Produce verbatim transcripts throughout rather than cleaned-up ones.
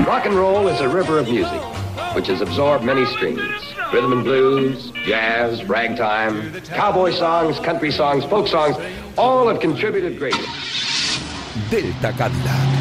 Rock and roll is a river of music, which has absorbed many streams. Rhythm and blues, jazz, ragtime, cowboy songs, country songs, folk songs, all have contributed greatly. Delta Cadillac.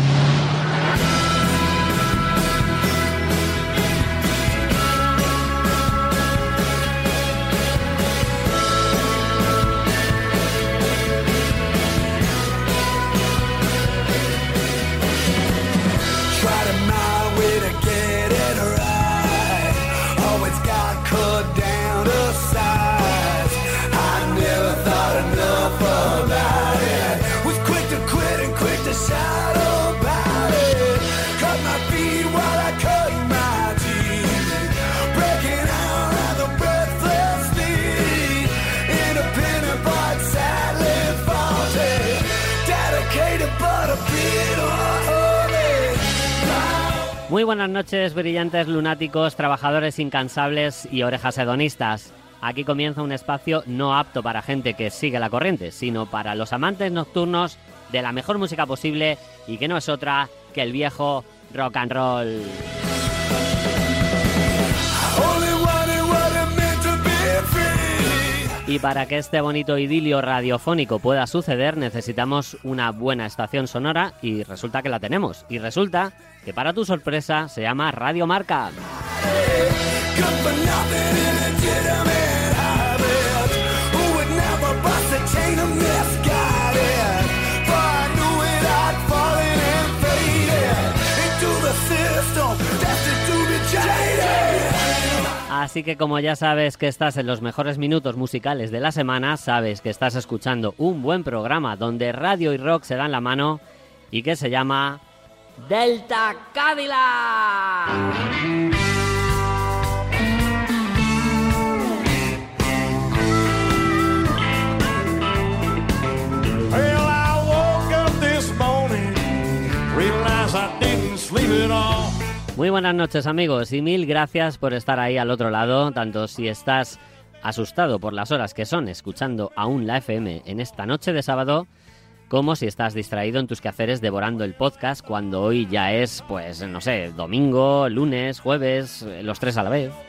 Muy buenas noches, brillantes lunáticos, trabajadores incansables y orejas hedonistas. Aquí comienza un espacio no apto para gente que sigue la corriente, sino para los amantes nocturnos de la mejor música posible y que no es otra que el viejo rock and roll. Y para que este bonito idilio radiofónico pueda suceder, necesitamos una buena estación sonora y resulta que la tenemos. Y resulta que para tu sorpresa se llama Radio Marca. Así que como ya sabes que estás en los mejores minutos musicales de la semana, sabes que estás escuchando un buen programa donde radio y rock se dan la mano y que se llama Delta Cadillac. Well, I woke up this morning, realized I didn't sleep at all. Muy buenas noches, amigos, y mil gracias por estar ahí al otro lado, tanto si estás asustado por las horas que son escuchando aún la F M en esta noche de sábado, como si estás distraído en tus quehaceres devorando el podcast cuando hoy ya es, pues, no sé, domingo, lunes, jueves, los tres a la vez.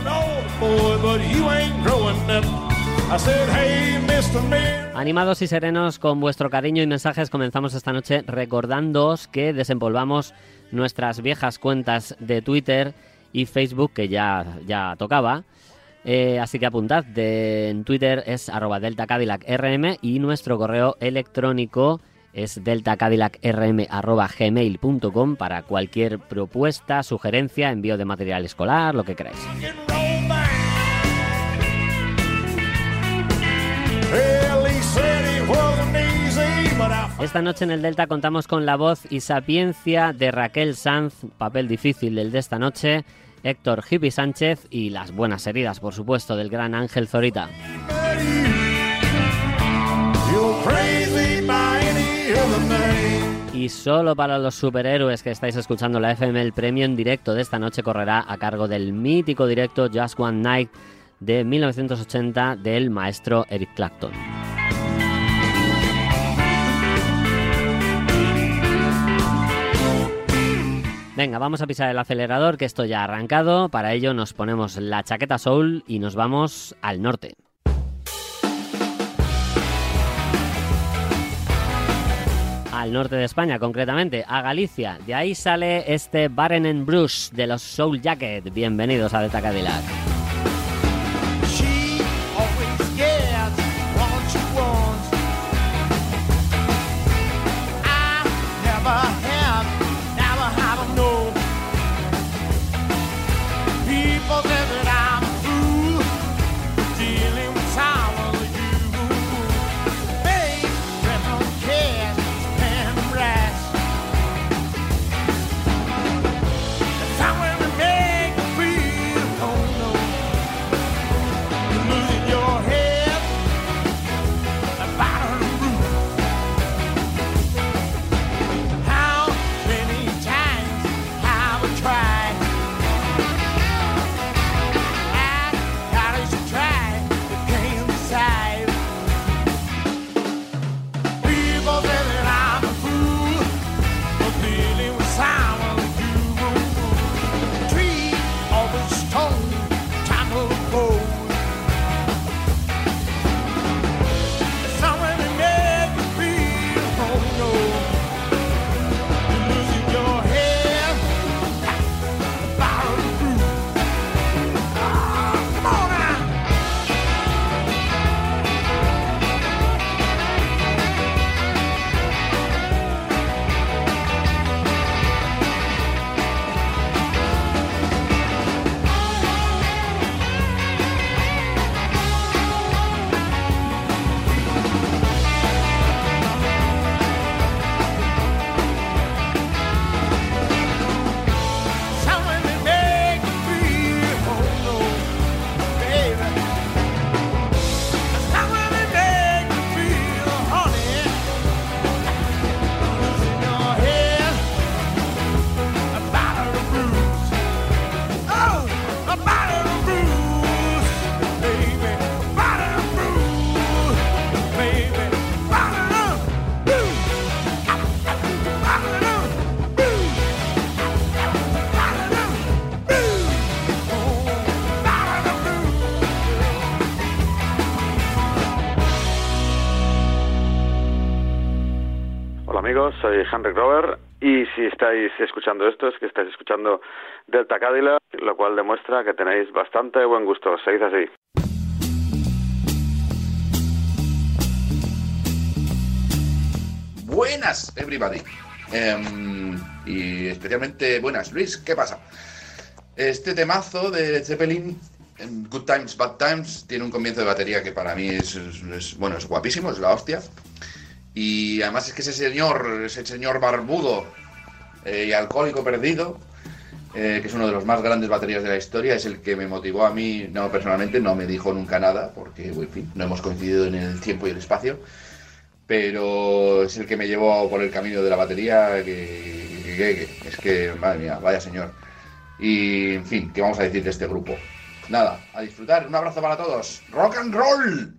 Animados y serenos con vuestro cariño y mensajes, comenzamos esta noche recordándoos que desempolvamos nuestras viejas cuentas de Twitter y Facebook, que ya, ya tocaba. Eh, así que apuntad, de, en Twitter es arroba Delta Cadillac R M y nuestro correo electrónico es deltacadillacrm arroba gmail punto com para cualquier propuesta, sugerencia, envío de material escolar, lo que queráis. Esta noche en el Delta contamos con la voz y sapiencia de Raquel Sanz, papel difícil el de esta noche, Héctor Hippie Sánchez y las buenas heridas, por supuesto, del gran Ángel Zorita. Y solo para los superhéroes que estáis escuchando la F M, el premio en directo de esta noche correrá a cargo del mítico directo Just One Night de mil novecientos ochenta del maestro Eric Clapton. Venga, vamos a pisar el acelerador, que esto ya ha arrancado. Para ello nos ponemos la chaqueta soul y nos vamos al norte. Al norte de España, concretamente, a Galicia. De ahí sale este Barren and Bruce de los Soul Jacket. Bienvenidos a Delta Cadillac. Oh no. amigos, soy Henrik Rover y si estáis escuchando esto es que estáis escuchando Delta Cadillac, lo cual demuestra que tenéis bastante buen gusto. Seguid así. Buenas, everybody. Um, y especialmente buenas, Luis, ¿qué pasa? Este temazo de Zeppelin, Good Times, Bad Times, tiene un comienzo de batería que para mí es, es, es bueno, es guapísimo, es la hostia. Y además es que ese señor, ese señor barbudo eh, y alcohólico perdido, eh, que es uno de los más grandes baterías de la historia, es el que me motivó a mí, no personalmente, no me dijo nunca nada, porque, en fin, no hemos coincidido en el tiempo y el espacio, pero es el que me llevó por el camino de la batería, que, que, que, que es que, madre mía, vaya señor. Y, en fin, ¿qué vamos a decir de este grupo? Nada, a disfrutar, un abrazo para todos. ¡Rock and roll!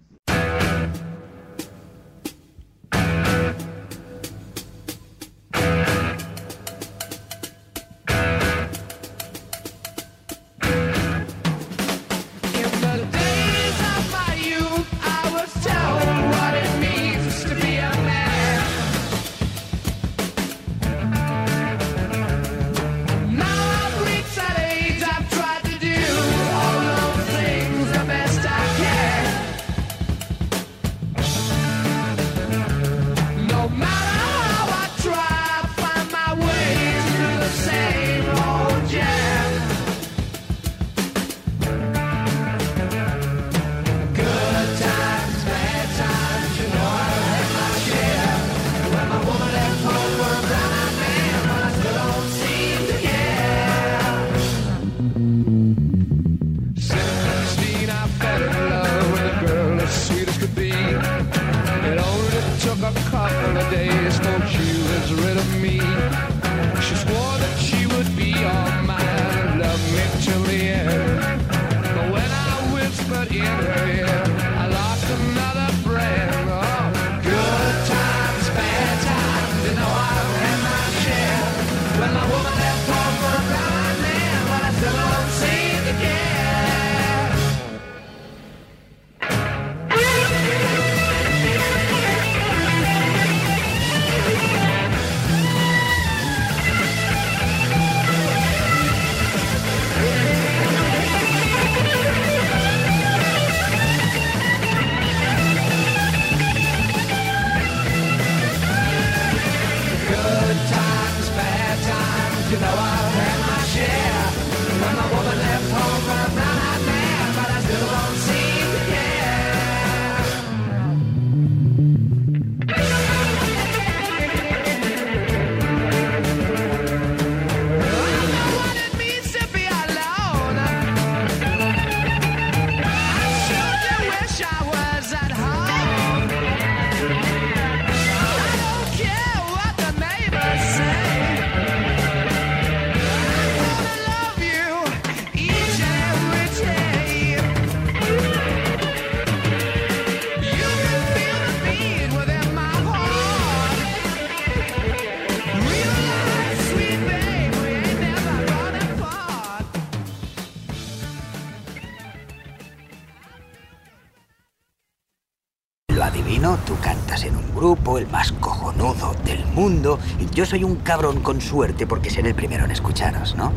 Tú cantas en un grupo, el más cojonudo del mundo, y yo soy un cabrón con suerte porque seré el primero en escucharos, ¿no?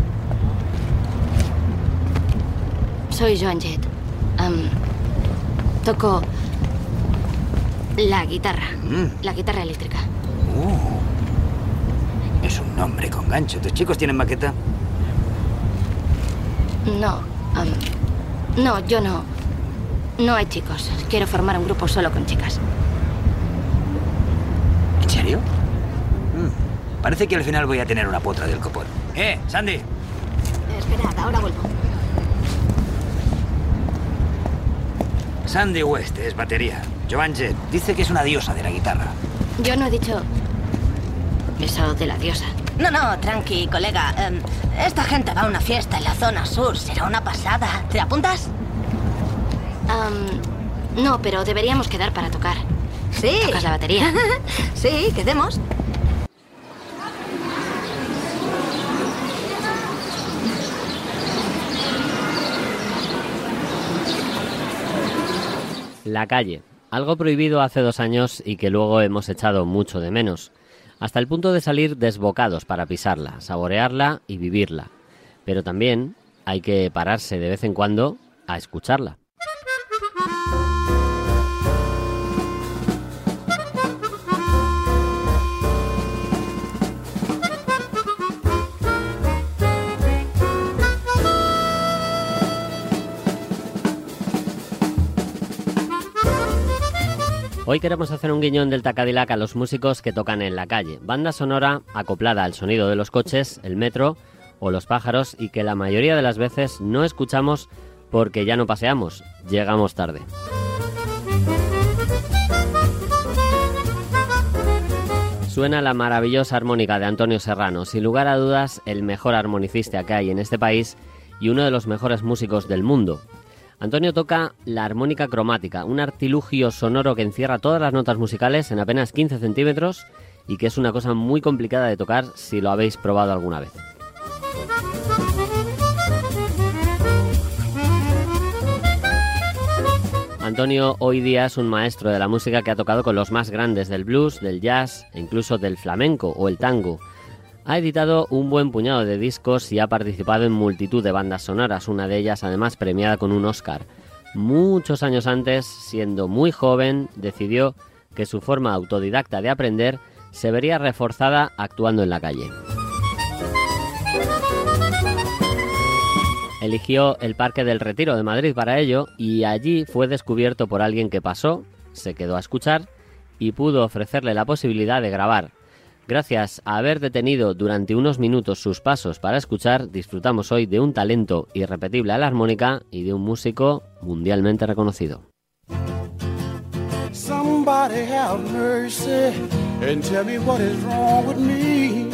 Soy Joan Jett. Um, toco la guitarra, mm. la guitarra eléctrica. Uh, es un nombre con gancho. ¿Tus chicos tienen maqueta? No, um, no, yo no. No hay chicos. Quiero formar un grupo solo con chicas. ¿En serio? Mm. Parece que al final voy a tener una potra del copón. ¡Eh, Sandy! Esperad, ahora vuelvo. Sandy West es batería. Joan Jett dice que es una diosa de la guitarra. Yo no he dicho eso de la diosa. No, no, tranqui, colega. Um, esta gente va a una fiesta en la zona sur. Será una pasada. ¿Te apuntas? Um, no, pero deberíamos quedar para tocar. Sí. ¿Tocas la batería? Sí, quedemos. La calle. Algo prohibido hace dos años y que luego hemos echado mucho de menos. hasta el punto de salir desbocados para pisarla, saborearla y vivirla. Pero también hay que pararse de vez en cuando a escucharla. Hoy queremos hacer un guiñón del Cadillac a los músicos que tocan en la calle. Banda sonora acoplada al sonido de los coches, el metro o los pájaros, y que la mayoría de las veces no escuchamos porque ya no paseamos, llegamos tarde. Suena la maravillosa armónica de Antonio Serrano, sin lugar a dudas el mejor armonicista que hay en este país y uno de los mejores músicos del mundo. Antonio toca la armónica cromática, un artilugio sonoro que encierra todas las notas musicales en apenas quince centímetros y que es una cosa muy complicada de tocar si lo habéis probado alguna vez. Antonio hoy día es un maestro de la música que ha tocado con los más grandes del blues, del jazz e incluso del flamenco o el tango. Ha editado un buen puñado de discos y ha participado en multitud de bandas sonoras, una de ellas además premiada con un Oscar. Muchos años antes, siendo muy joven, decidió que su forma autodidacta de aprender se vería reforzada actuando en la calle. Eligió el Parque del Retiro de Madrid para ello y allí fue descubierto por alguien que pasó, se quedó a escuchar y pudo ofrecerle la posibilidad de grabar. Gracias a haber detenido durante unos minutos sus pasos para escuchar, disfrutamos hoy de un talento irrepetible a la armónica y de un músico mundialmente reconocido. Somebody have mercy and tell me what is wrong with me.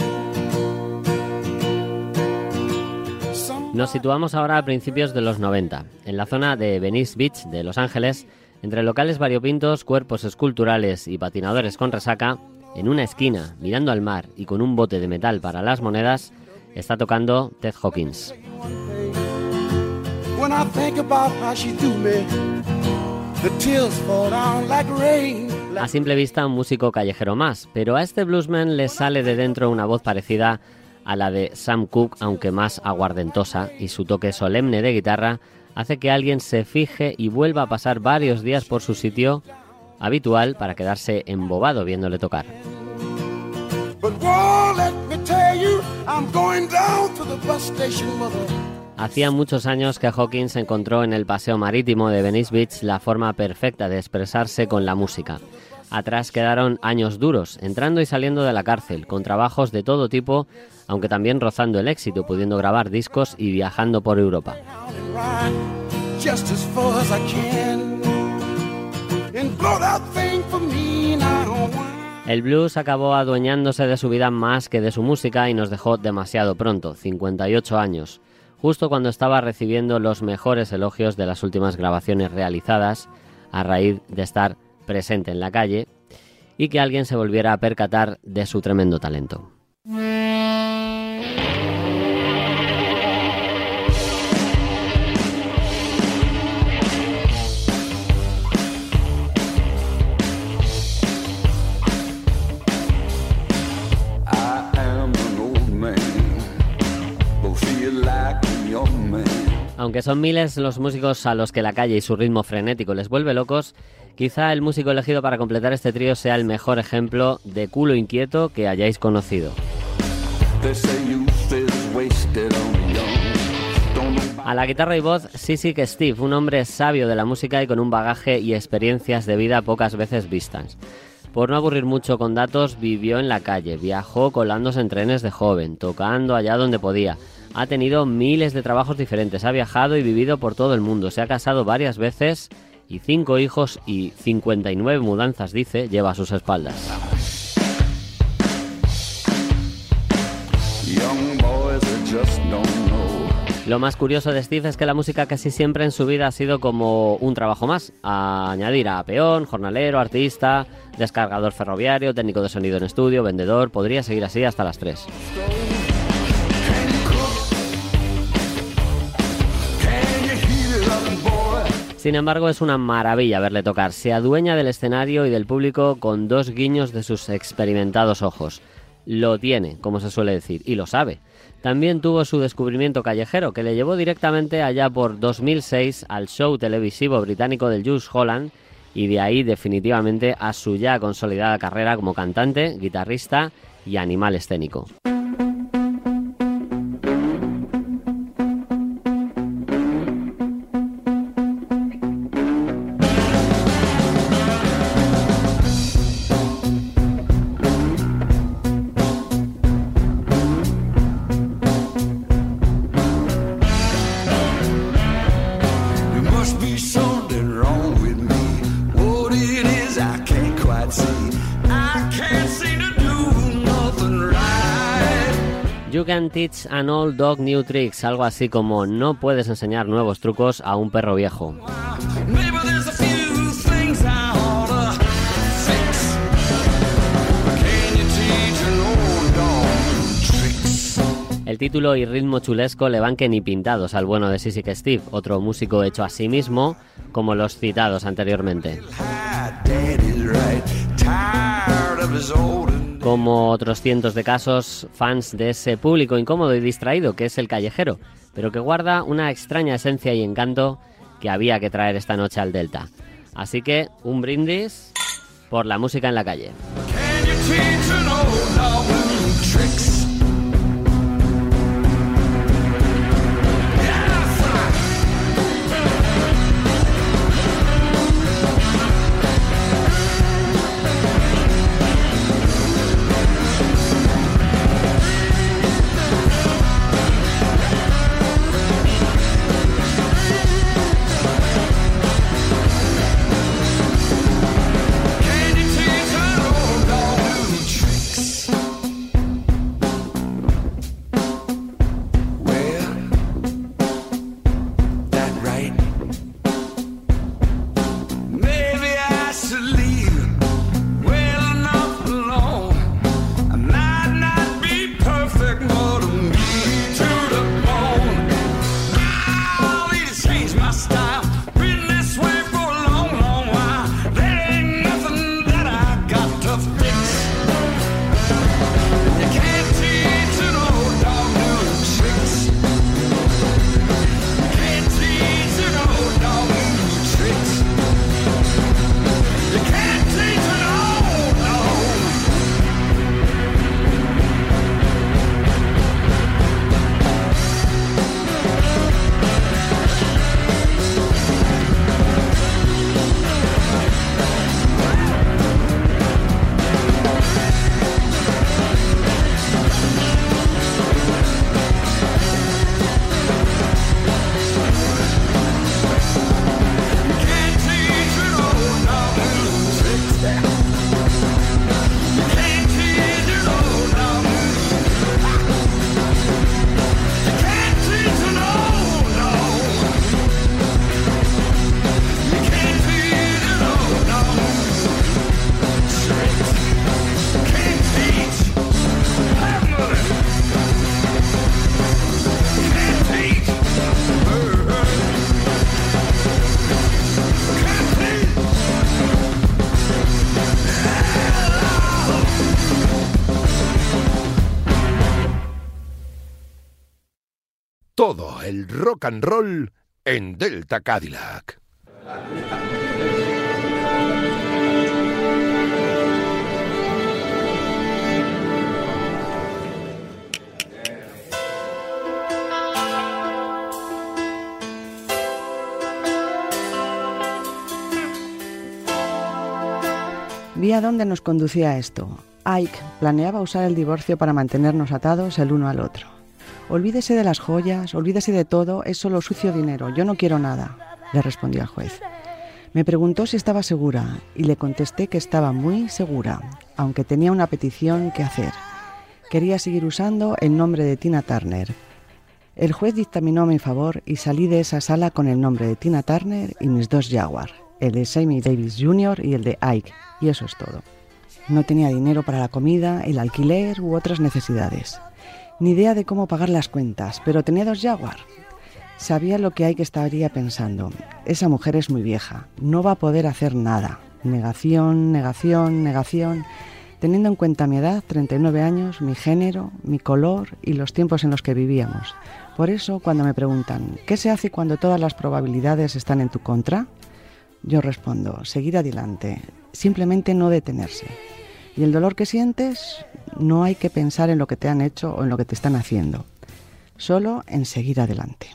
Nos situamos ahora a principios de los noventa, en la zona de Venice Beach de Los Ángeles, entre locales variopintos, cuerpos esculturales y patinadores con resaca. En una esquina, mirando al mar y con un bote de metal para las monedas, está tocando Ted Hawkins. A simple vista, un músico callejero más, pero a este bluesman le sale de dentro una voz parecida a la de Sam Cooke, aunque más aguardentosa, y su toque solemne de guitarra hace que alguien se fije y vuelva a pasar varios días por su sitio habitual para quedarse embobado viéndole tocar. Hacía muchos años que Hawkins encontró en el paseo marítimo de Venice Beach la forma perfecta de expresarse con la música. Atrás quedaron años duros, entrando y saliendo de la cárcel, con trabajos de todo tipo, aunque también rozando el éxito, pudiendo grabar discos y viajando por Europa. El blues acabó adueñándose de su vida más que de su música y nos dejó demasiado pronto, cincuenta y ocho años, justo cuando estaba recibiendo los mejores elogios de las últimas grabaciones realizadas a raíz de estar presente en la calle y que alguien se volviera a percatar de su tremendo talento. Aunque son miles los músicos a los que la calle y su ritmo frenético les vuelve locos, quizá el músico elegido para completar este trío sea el mejor ejemplo de culo inquieto que hayáis conocido. A la guitarra y voz, Sissy Steve, un hombre sabio de la música y con un bagaje y experiencias de vida pocas veces vistas. Por no aburrir mucho con datos, vivió en la calle, viajó colándose en trenes de joven, tocando allá donde podía. Ha tenido miles de trabajos diferentes, ha viajado y vivido por todo el mundo, se ha casado varias veces y cinco hijos y cincuenta y nueve mudanzas, dice, lleva a sus espaldas. Lo más curioso de Steve es que la música casi siempre en su vida ha sido como un trabajo más, a añadir a peón, jornalero, artista, descargador ferroviario, técnico de sonido en estudio, vendedor, podría seguir así hasta las tres. Sin embargo, es una maravilla verle tocar. Se adueña del escenario y del público con dos guiños de sus experimentados ojos. lo tiene, como se suele decir, y lo sabe. También tuvo su descubrimiento callejero, que le llevó directamente allá por dos mil seis al show televisivo británico del Jools Holland, y de ahí definitivamente a su ya consolidada carrera como cantante, guitarrista y animal escénico. You can teach an old dog new tricks, algo así como no puedes enseñar nuevos trucos a un perro viejo. El título y ritmo chulesco le van que ni pintados al bueno de Sissy Steve, otro músico hecho a sí mismo, como los citados anteriormente. Como otros cientos de casos, fans de ese público incómodo y distraído que es el callejero, pero que guarda una extraña esencia y encanto que había que traer esta noche al Delta. Así que, un brindis por la música en la calle. Todo el rock and roll en Delta Cadillac. Vi a dónde nos conducía esto. Ike planeaba usar el divorcio para mantenernos atados el uno al otro. Olvídese de las joyas, olvídese de todo, es solo sucio dinero, yo no quiero nada, le respondió al juez. Me preguntó si estaba segura y le contesté que estaba muy segura, aunque tenía una petición que hacer. Quería seguir usando el nombre de Tina Turner. El juez dictaminó a mi favor y salí de esa sala con el nombre de Tina Turner y mis dos Jaguar, el de Sammy Davis junior y el de Ike, y eso es todo. No tenía dinero para la comida, el alquiler u otras necesidades. Ni idea de cómo pagar las cuentas, pero tenía dos Jaguar. Sabía lo que Ike estaría pensando. Esa mujer es muy vieja, no va a poder hacer nada. Negación, negación, negación. teniendo en cuenta mi edad, treinta y nueve años, mi género, mi color y los tiempos en los que vivíamos. Por eso, cuando me preguntan, ¿qué se hace cuando todas las probabilidades están en tu contra? Yo respondo, seguir adelante, simplemente no detenerse. Y el dolor que sientes, no hay que pensar en lo que te han hecho o en lo que te están haciendo, solo en seguir adelante.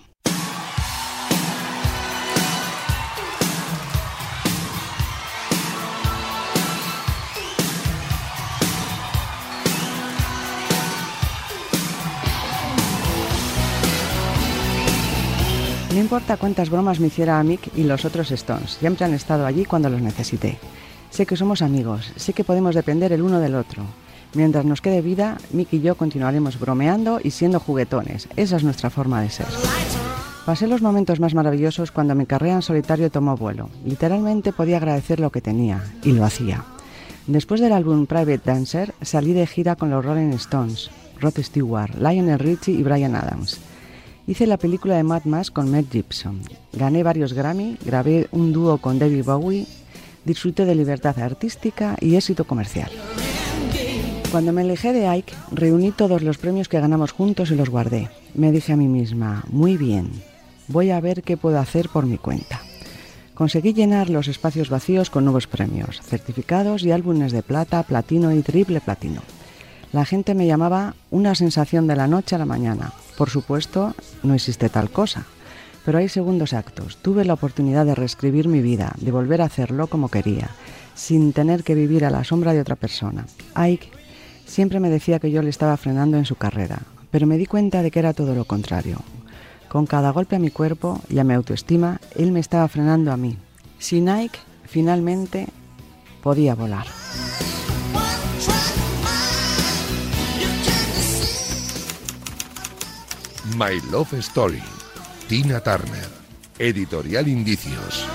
No importa cuántas bromas me hiciera Mick y los otros Stones, siempre han estado allí cuando los necesité. Sé que somos amigos, sé que podemos depender el uno del otro. Mientras nos quede vida, Mick y yo continuaremos bromeando y siendo juguetones. Esa es nuestra forma de ser. Pasé los momentos más maravillosos cuando mi carrera en solitario tomó vuelo. Literalmente podía agradecer lo que tenía, y lo hacía. Después del álbum Private Dancer, salí de gira con los Rolling Stones, Rod Stewart, Lionel Richie y Bryan Adams. Hice la película de Mad Max con Mel Gibson. Gané varios Grammy, grabé un dúo con David Bowie, disfruté de libertad artística y éxito comercial. Cuando me alejé de Ike, reuní todos los premios que ganamos juntos y los guardé. Me dije a mí misma, muy bien, voy a ver qué puedo hacer por mi cuenta. Conseguí llenar los espacios vacíos con nuevos premios, certificados y álbumes de plata, platino y triple platino. La gente me llamaba una sensación de la noche a la mañana. Por supuesto, no existe tal cosa, pero hay segundos actos. Tuve la oportunidad de reescribir mi vida, de volver a hacerlo como quería, sin tener que vivir a la sombra de otra persona. Ike siempre me decía que yo le estaba frenando en su carrera, pero me di cuenta de que era todo lo contrario. Con cada golpe a mi cuerpo y a mi autoestima, él me estaba frenando a mí. Sin Ike, finalmente, podía volar. My Love Story, Tina Turner, Editorial Indicios.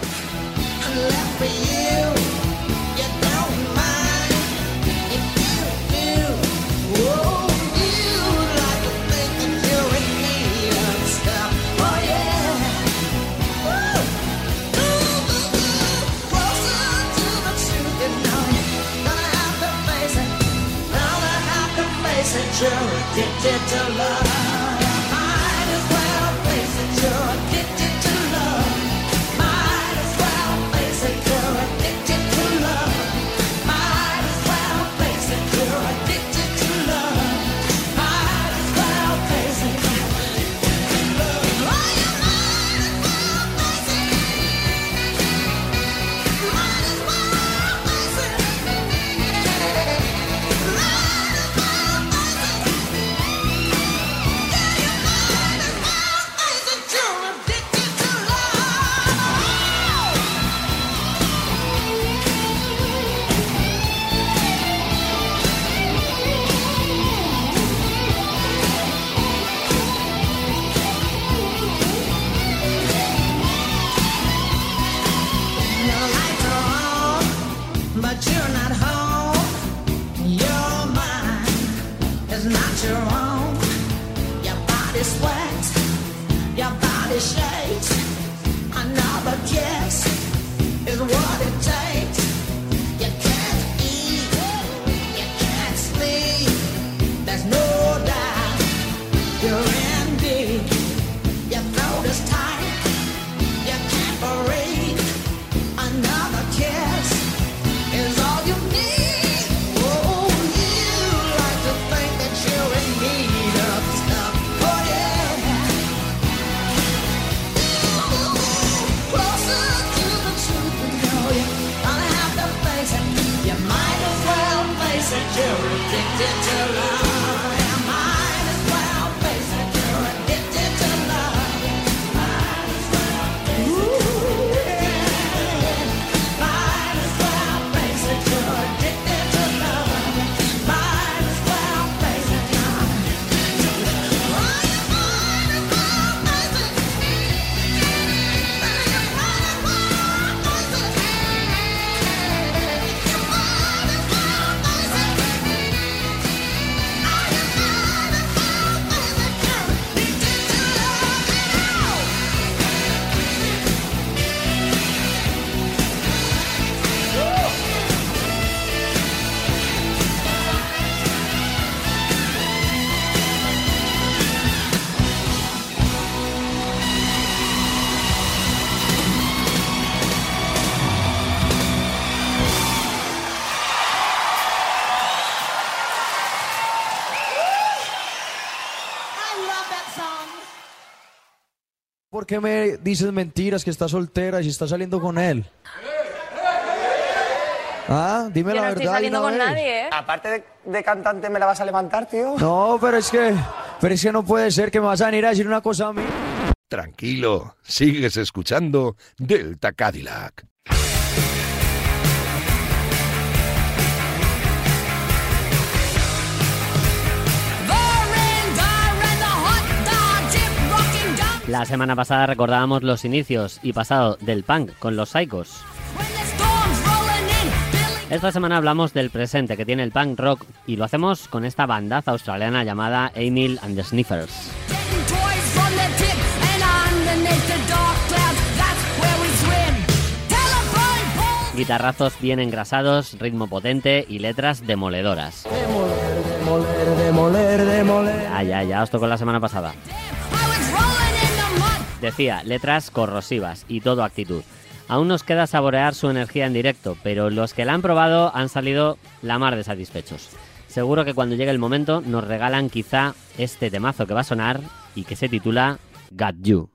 I por qué me dices mentiras que estás soltera y si estás saliendo con él? Ah, dime Yo la no estoy verdad. saliendo una con vez. nadie, ¿eh? Aparte de, de cantante, ¿me la vas a levantar, tío? No, pero es que, pero es que no puede ser que me vas a venir a decir una cosa a mí. Tranquilo, sigues escuchando Delta Cadillac. La semana pasada recordábamos los inicios y pasado del punk con los Psychos. Esta semana hablamos del presente que tiene el punk rock y lo hacemos con esta bandaza australiana llamada Emil and the Sniffers. Guitarrazos bien engrasados, ritmo potente y letras demoledoras. Demoler, demoler, demoler, demoler. Ya, ya, ya os tocó la semana pasada. Decía, letras corrosivas y todo actitud. Aún nos queda saborear su energía en directo, pero los que la han probado han salido la mar de satisfechos. Seguro que cuando llegue el momento nos regalan quizá este temazo que va a sonar y que se titula Got You.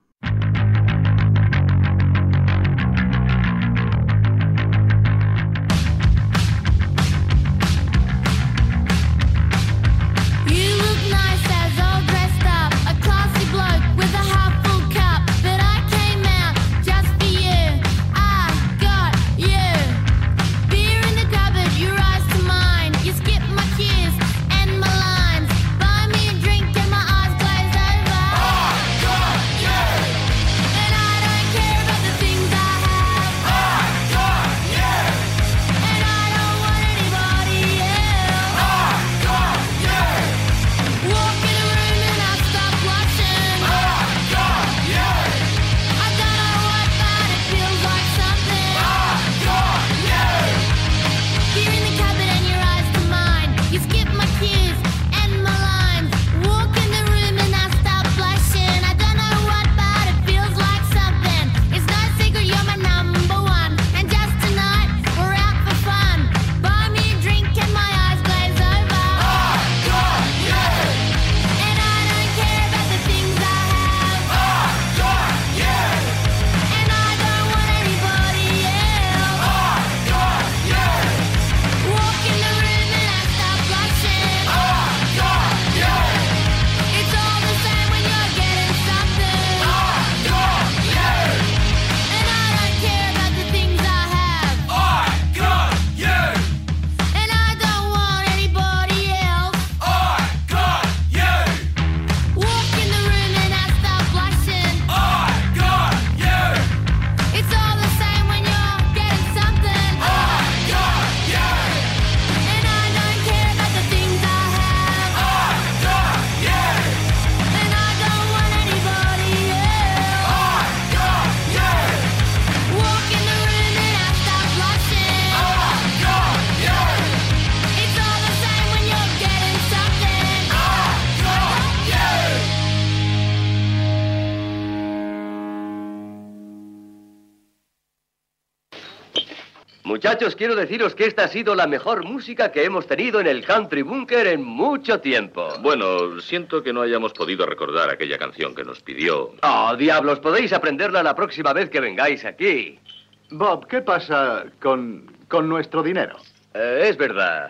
Muchachos, quiero deciros que esta ha sido la mejor música que hemos tenido en el Country Bunker en mucho tiempo. Bueno, siento que no hayamos podido recordar aquella canción que nos pidió. Oh, diablos, podéis aprenderla la próxima vez que vengáis aquí. Bob, ¿qué pasa con, con nuestro dinero? Eh, es verdad.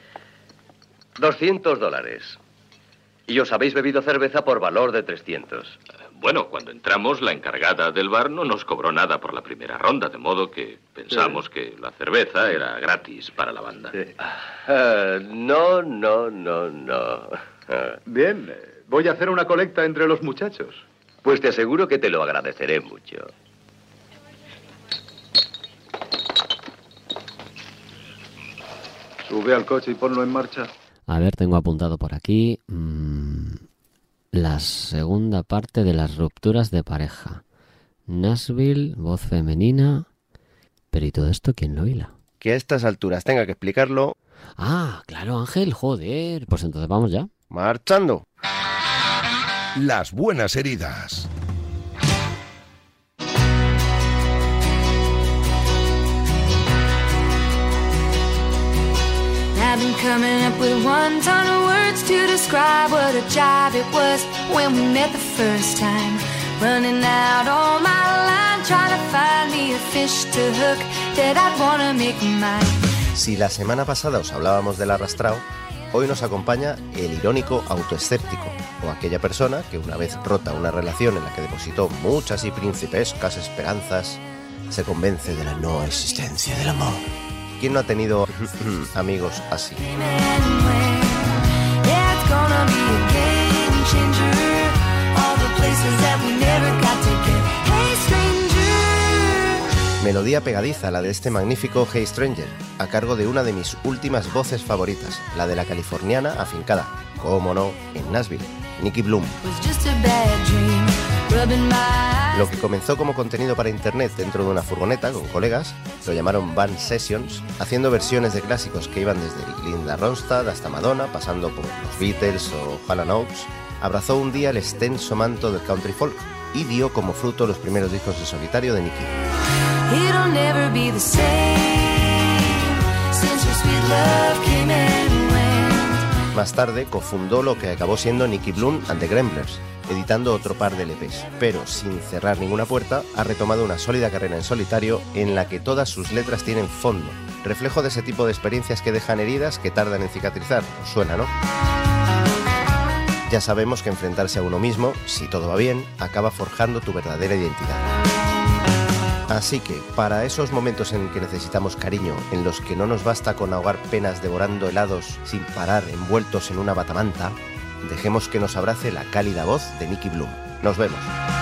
doscientos dólares. Y os habéis bebido cerveza por valor de trescientos. Bueno, cuando entramos, la encargada del bar no nos cobró nada por la primera ronda, de modo que pensamos sí. que la cerveza era gratis para la banda. Sí. Uh, no, no, no, no. Bien, voy a hacer una colecta entre los muchachos. Pues te aseguro que te lo agradeceré mucho. Sube al coche y ponlo en marcha. A ver, tengo apuntado por aquí... Mmm... La segunda parte de las rupturas de pareja. Nashville, voz femenina... Pero ¿y todo esto quién lo hila? Que a estas alturas tenga que explicarlo... Ah, claro, Ángel, joder. Pues entonces vamos ya. Marchando. Las buenas heridas. I've been coming up with one ton of words to describe what a job it was when we met the first time. running out on my line, trying to find me a fish to hook that I'd wanna make mine. Si la semana pasada os hablábamos del arrastrao, hoy nos acompaña el irónico autoescéptico, o aquella persona que una vez rota una relación en la que depositó muchas y principescas esperanzas, se convence de la no existencia del amor. ¿Quién no ha tenido amigos así? Melodía pegadiza la de este magnífico Hey Stranger, a cargo de una de mis últimas voces favoritas, la de la californiana afincada, cómo no, en Nashville, Nikki Bloom. Lo que comenzó como contenido para internet dentro de una furgoneta con colegas, lo llamaron Band Sessions, haciendo versiones de clásicos que iban desde Linda Ronstadt hasta Madonna, pasando por los Beatles o Hall and Oates, abrazó un día el extenso manto del country folk y dio como fruto los primeros discos de solitario de Nikki. It'll never be the same since your sweet love came and went. Más tarde cofundó lo que acabó siendo Nikki Bloom and the Gremblers, editando otro par de L Pes, pero sin cerrar ninguna puerta, ha retomado una sólida carrera en solitario en la que todas sus letras tienen fondo, reflejo de ese tipo de experiencias que dejan heridas que tardan en cicatrizar. ¿Os suena, no? Ya sabemos que enfrentarse a uno mismo, si todo va bien, acaba forjando tu verdadera identidad. Así que, para esos momentos en que necesitamos cariño, en los que no nos basta con ahogar penas devorando helados sin parar envueltos en una batamanta, dejemos que nos abrace la cálida voz de Nikki Bloom. Nos vemos.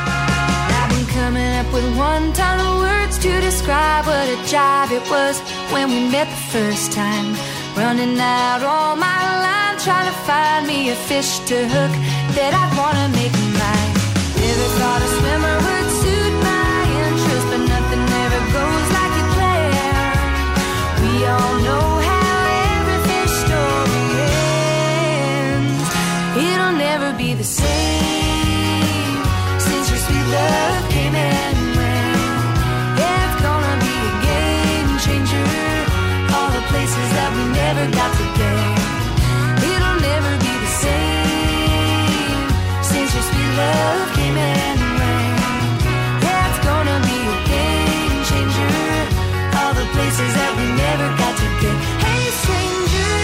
Goes like a plan. We all know how every fish story ends. It'll never be the same since your sweet love came and went. Yeah, it's gonna be a game changer. All the places that we never got to get. It'll never be the same since your sweet love came and went. Yeah, it's gonna be a game changer. All the places that we never got to get. Hey stranger,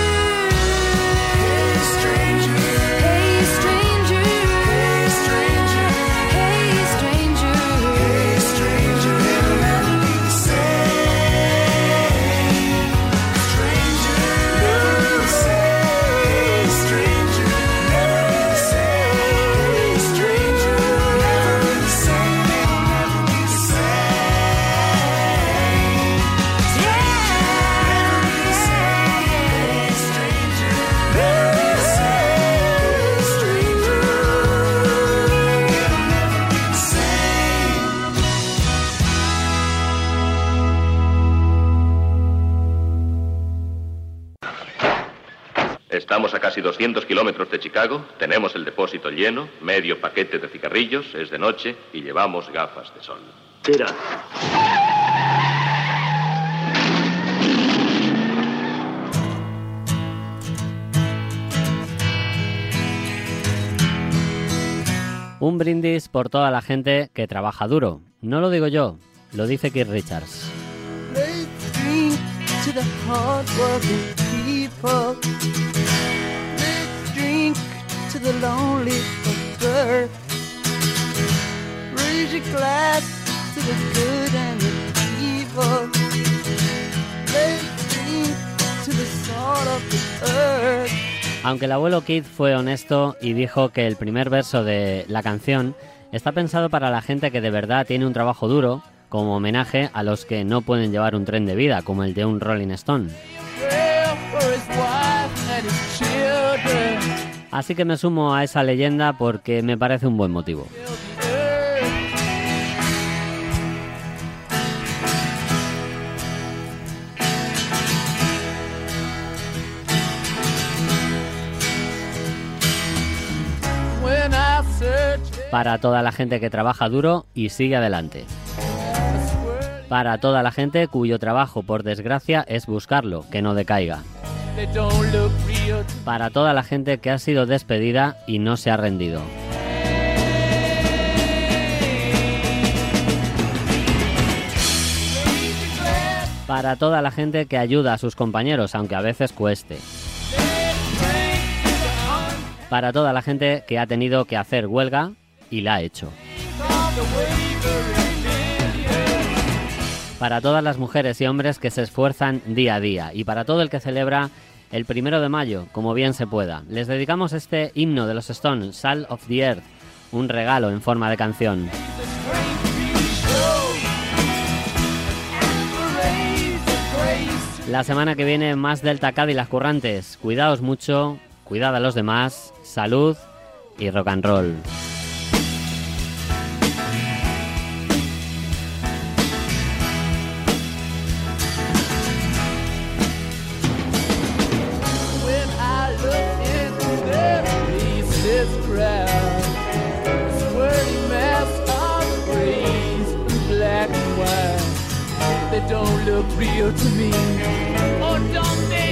hey stranger, hey stranger, hey stranger, hey stranger, hey stranger, it'll never be the same. Stranger, never be the same. Stranger, never be the same. Stranger, never be the same. It'll never be the same. Estamos a casi doscientos kilómetros de Chicago, tenemos el depósito lleno, medio paquete de cigarrillos, es de noche y llevamos gafas de sol. Tira. Un brindis por toda la gente que trabaja duro. No lo digo yo, lo dice Keith Richards. Let's drink to the hard-working people. Let's drink to the lonely bird. Raise your glass to the good and the evil. Let's drink to the salt of the earth. Aunque el abuelo Keith fue honesto y dijo que el primer verso de la canción está pensado para la gente que de verdad tiene un trabajo duro, como homenaje a los que no pueden llevar un tren de vida, como el de un Rolling Stone. Así que me sumo a esa leyenda porque me parece un buen motivo. Para toda la gente que trabaja duro y sigue adelante. Para toda la gente cuyo trabajo, por desgracia, es buscarlo, que no decaiga. Para toda la gente que ha sido despedida y no se ha rendido. Para toda la gente que ayuda a sus compañeros, aunque a veces cueste. Para toda la gente que ha tenido que hacer huelga y la ha hecho. Para todas las mujeres y hombres que se esfuerzan día a día. Y para todo el que celebra el primero de mayo, como bien se pueda. Les dedicamos este himno de los Stones, Salt of the Earth, un regalo en forma de canción. La semana que viene más Delta Cadillac currantes. Cuidaos mucho, cuidad a los demás, salud y rock and roll. When I look into their faces crowd, swirling mass of grays, black and white, they don't look real to me. Oh, don't they?